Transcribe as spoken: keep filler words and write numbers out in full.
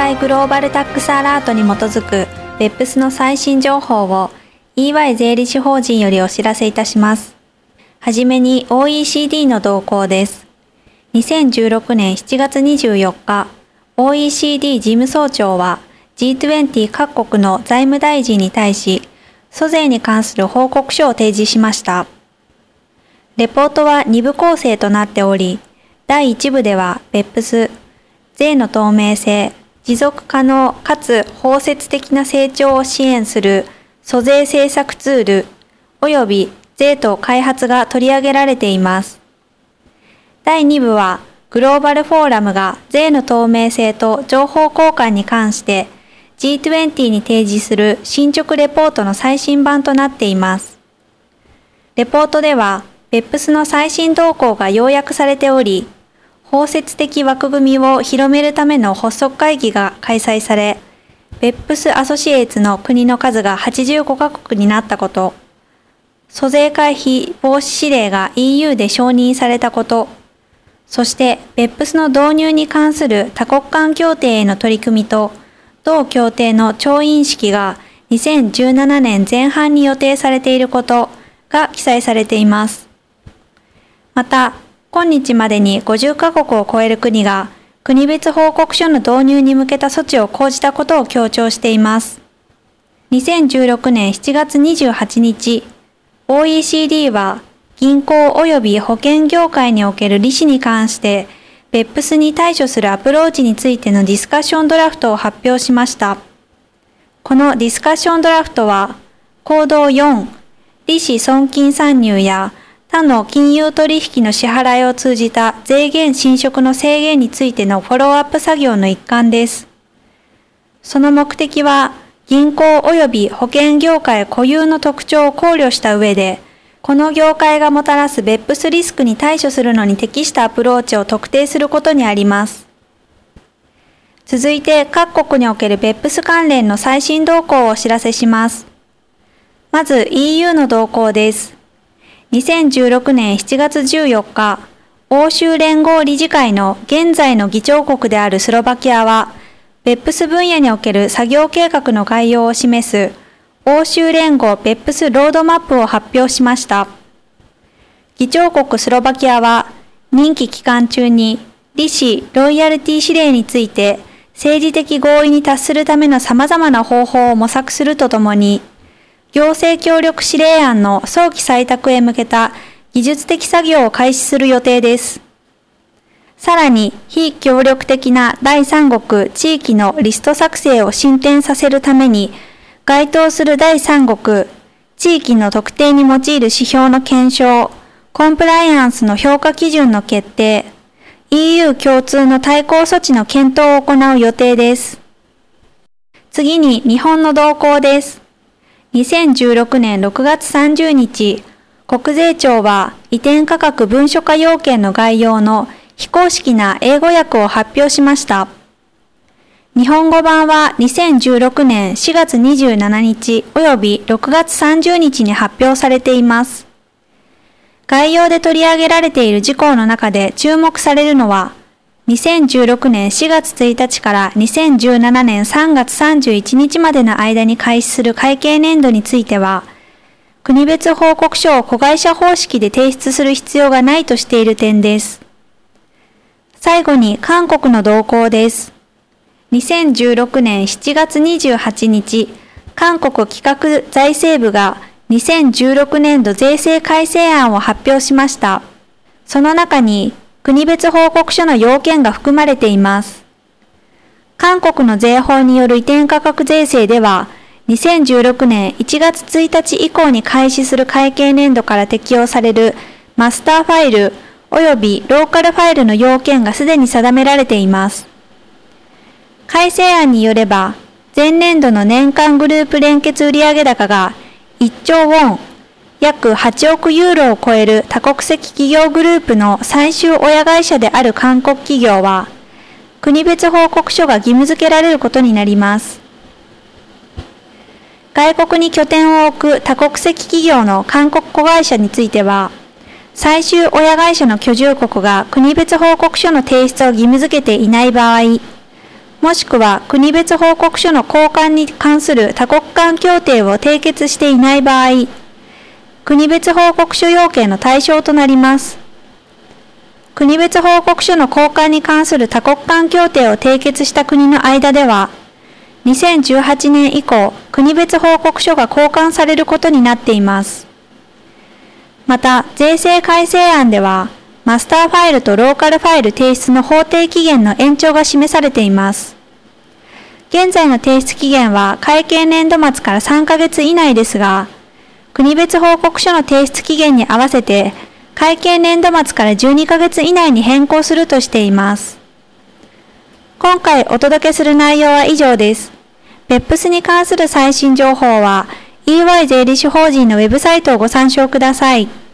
ワイ グローバルタックスアラートに基づく ベップス の最新情報を イーワイ 税理士法人よりお知らせいたします。はじめに オーイーシーディー の動向です。にせんじゅうろくねんしちがつにじゅうよっか、オーイーシーディー 事務総長は ジートゥエンティ 各国の財務大臣に対し、租税に関する報告書を提示しました。レポートはに部構成となっており、だいいち部では ベップス、税の透明性、持続可能かつ包摂的な成長を支援する租税政策ツール及び税と開発が取り上げられています。だいに部はグローバルフォーラムが税の透明性と情報交換に関して ジートゥエンティ に提示する進捗レポートの最新版となっています。レポートでは ベップス の最新動向が要約されており、包摂的枠組みを広めるための発足会議が開催され、ベップス アソシエイツの国の数がはちじゅうごカ国になったこと、租税回避防止指令が イーユー で承認されたこと、そして ベップス の導入に関する多国間協定への取り組みと、同協定の調印式がにせんじゅうななねんぜん半に予定されていることが記載されています。また、今日までにごじゅうカ国を超える国が国別報告書の導入に向けた措置を講じたことを強調しています。にせんじゅうろくねんしちがつにじゅうはちにち、オーイーシーディー は銀行及び保険業界における利子に関して、ベップス に対処するアプローチについてのディスカッションドラフトを発表しました。このディスカッションドラフトは、行動よん、利子損金参入や他の金融取引の支払いを通じた税源侵食の制限についてのフォローアップ作業の一環です。その目的は、銀行及び保険業界固有の特徴を考慮した上で、この業界がもたらす ベップス リスクに対処するのに適したアプローチを特定することにあります。続いて、各国における ベップス 関連の最新動向をお知らせします。まず イーユー の動向です。にせんじゅうろくねんしちがつじゅうよっか、欧州連合理事会の現在の議長国であるスロバキアは、ベップス 分野における作業計画の概要を示す欧州連合 ベップス ロードマップを発表しました。議長国スロバキアは、任期期間中に利子・ロイヤルティ指令について政治的合意に達するための様々な方法を模索するとともに、行政協力指令案の早期採択へ向けた技術的作業を開始する予定です。さらに、非協力的な第三国地域のリスト作成を進展させるために、該当する第三国地域の特定に用いる指標の検証、コンプライアンスの評価基準の決定、イーユー 共通の対抗措置の検討を行う予定です。次に日本の動向です。にせんじゅうろくねんろくがつさんじゅうにち、国税庁は移転価格文書化要件の概要の非公式な英語訳を発表しました。日本語版はにせんじゅうろくねんしがつにじゅうしちにち及びろくがつさんじゅうにちに発表されています。概要で取り上げられている事項の中で注目されるのは、にせんじゅうろくねんしがつついたちからにせんじゅうななねんさんがつさんじゅういちにちまでの間に開始する会計年度については、国別報告書を子会社方式で提出する必要がないとしている点です。最後に韓国の動向です。にせんじゅうろくねんしちがつにじゅうはちにち、韓国企画財政部がにせんじゅうろくねんど税制改正案を発表しました。その中に、国別報告書の要件が含まれています。韓国の税法による移転価格税制では、にせんじゅうろくねんいちがつついたち以降に開始する会計年度から適用されるマスターファイル及びローカルファイルの要件がすでに定められています。改正案によれば、前年度の年間グループ連結売上高がいっちょうウォン、約はちおくユーロを超える多国籍企業グループの最終親会社である韓国企業は、国別報告書が義務付けられることになります。外国に拠点を置く多国籍企業の韓国子会社については、最終親会社の居住国が国別報告書の提出を義務付けていない場合、 もしくは国別報告書の交換に関する多国間協定を締結していない場合、国別報告書要件の対象となります。国別報告書の交換に関する多国間協定を締結した国の間では、にせんじゅうはちねん以降、国別報告書が交換されることになっています。また、税制改正案では、マスターファイルとローカルファイル提出の法定期限の延長が示されています。現在の提出期限は会計年度末からさんかげつ以内ですが、国別報告書の提出期限に合わせて、会計年度末からじゅうにかげつ以内に変更するとしています。今回お届けする内容は以上です。ベップス に関する最新情報は、イーワイ 税理士法人のウェブサイトをご参照ください。